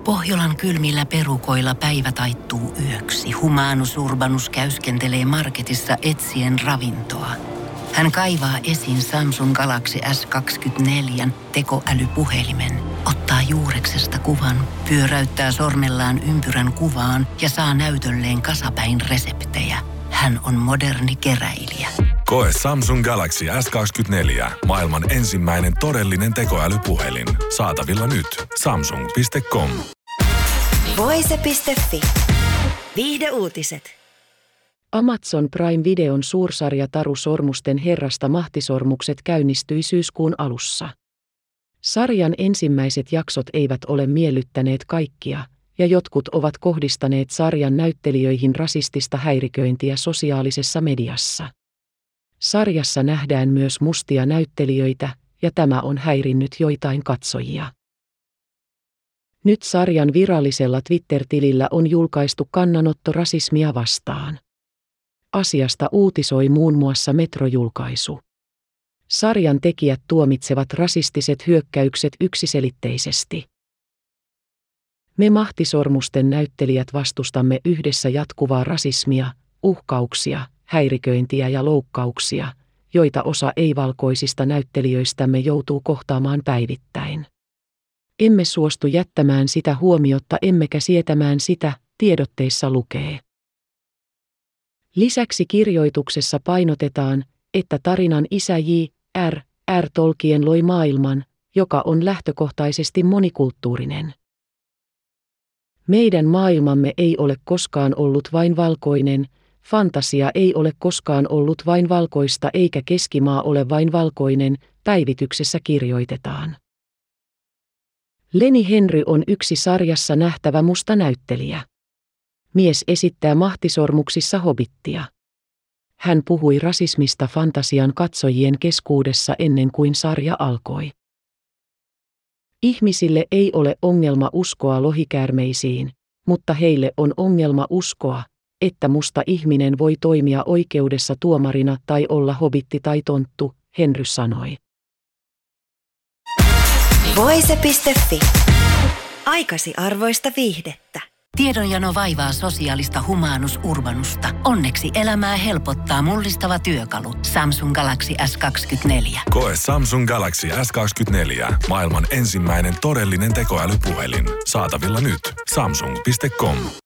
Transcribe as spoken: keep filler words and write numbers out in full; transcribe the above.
Pohjolan kylmillä perukoilla päivä taittuu yöksi. Humanus Urbanus käyskentelee marketissa etsien ravintoa. Hän kaivaa esiin Samsung Galaxy S kaksikymmentäneljä tekoälypuhelimen, ottaa juureksesta kuvan, pyöräyttää sormellaan ympyrän kuvaan ja saa näytölleen kasapäin reseptejä. Hän on moderni keräilijä. Koe Samsung Galaxy S kaksikymmentäneljä, maailman ensimmäinen todellinen tekoälypuhelin. Saatavilla nyt. samsung piste com. Voise piste fi. Viihdeuutiset. Amazon Prime Videon suursarja Taru Sormusten herrasta Mahtisormukset käynnistyi syyskuun alussa. Sarjan ensimmäiset jaksot eivät ole miellyttäneet kaikkia, ja jotkut ovat kohdistaneet sarjan näyttelijöihin rasistista häiriköintiä sosiaalisessa mediassa. Sarjassa nähdään myös mustia näyttelijöitä, ja tämä on häirinnyt joitain katsojia. Nyt sarjan virallisella Twitter-tilillä on julkaistu kannanotto rasismia vastaan. Asiasta uutisoi muun muassa Metro-julkaisu. Sarjan tekijät tuomitsevat rasistiset hyökkäykset yksiselitteisesti. Me Mahtisormusten näyttelijät vastustamme yhdessä jatkuvaa rasismia, uhkauksia, häiriköintiä ja loukkauksia, joita osa ei-valkoisista näyttelijöistämme joutuu kohtaamaan päivittäin. Emme suostu jättämään sitä huomiotta emmekä sietämään sitä, tiedotteissa lukee. Lisäksi kirjoituksessa painotetaan, että tarinan isä J R R Tolkien loi maailman, joka on lähtökohtaisesti monikulttuurinen. Meidän maailmamme ei ole koskaan ollut vain valkoinen, fantasia ei ole koskaan ollut vain valkoista eikä keskimaa ole vain valkoinen, päivityksessä kirjoitetaan. Lenny Henry on yksi sarjassa nähtävä musta näyttelijä. Mies esittää Mahtisormuksissa hobittia. Hän puhui rasismista fantasian katsojien keskuudessa ennen kuin sarja alkoi. Ihmisille ei ole ongelma uskoa lohikäärmeisiin, mutta heille on ongelma uskoa, että musta ihminen voi toimia oikeudessa tuomarina tai olla hobitti tai tonttu, Henry sanoi. Voise piste fi. Aikasi arvoista viihdettä. Tiedonjano vaivaa sosiaalista humanus urbanusta. Onneksi elämää helpottaa mullistava työkalu. Samsung Galaxy S kaksikymmentäneljä. Koe Samsung Galaxy S kaksikymmentäneljä, maailman ensimmäinen todellinen tekoälypuhelin. Saatavilla nyt. samsung piste com.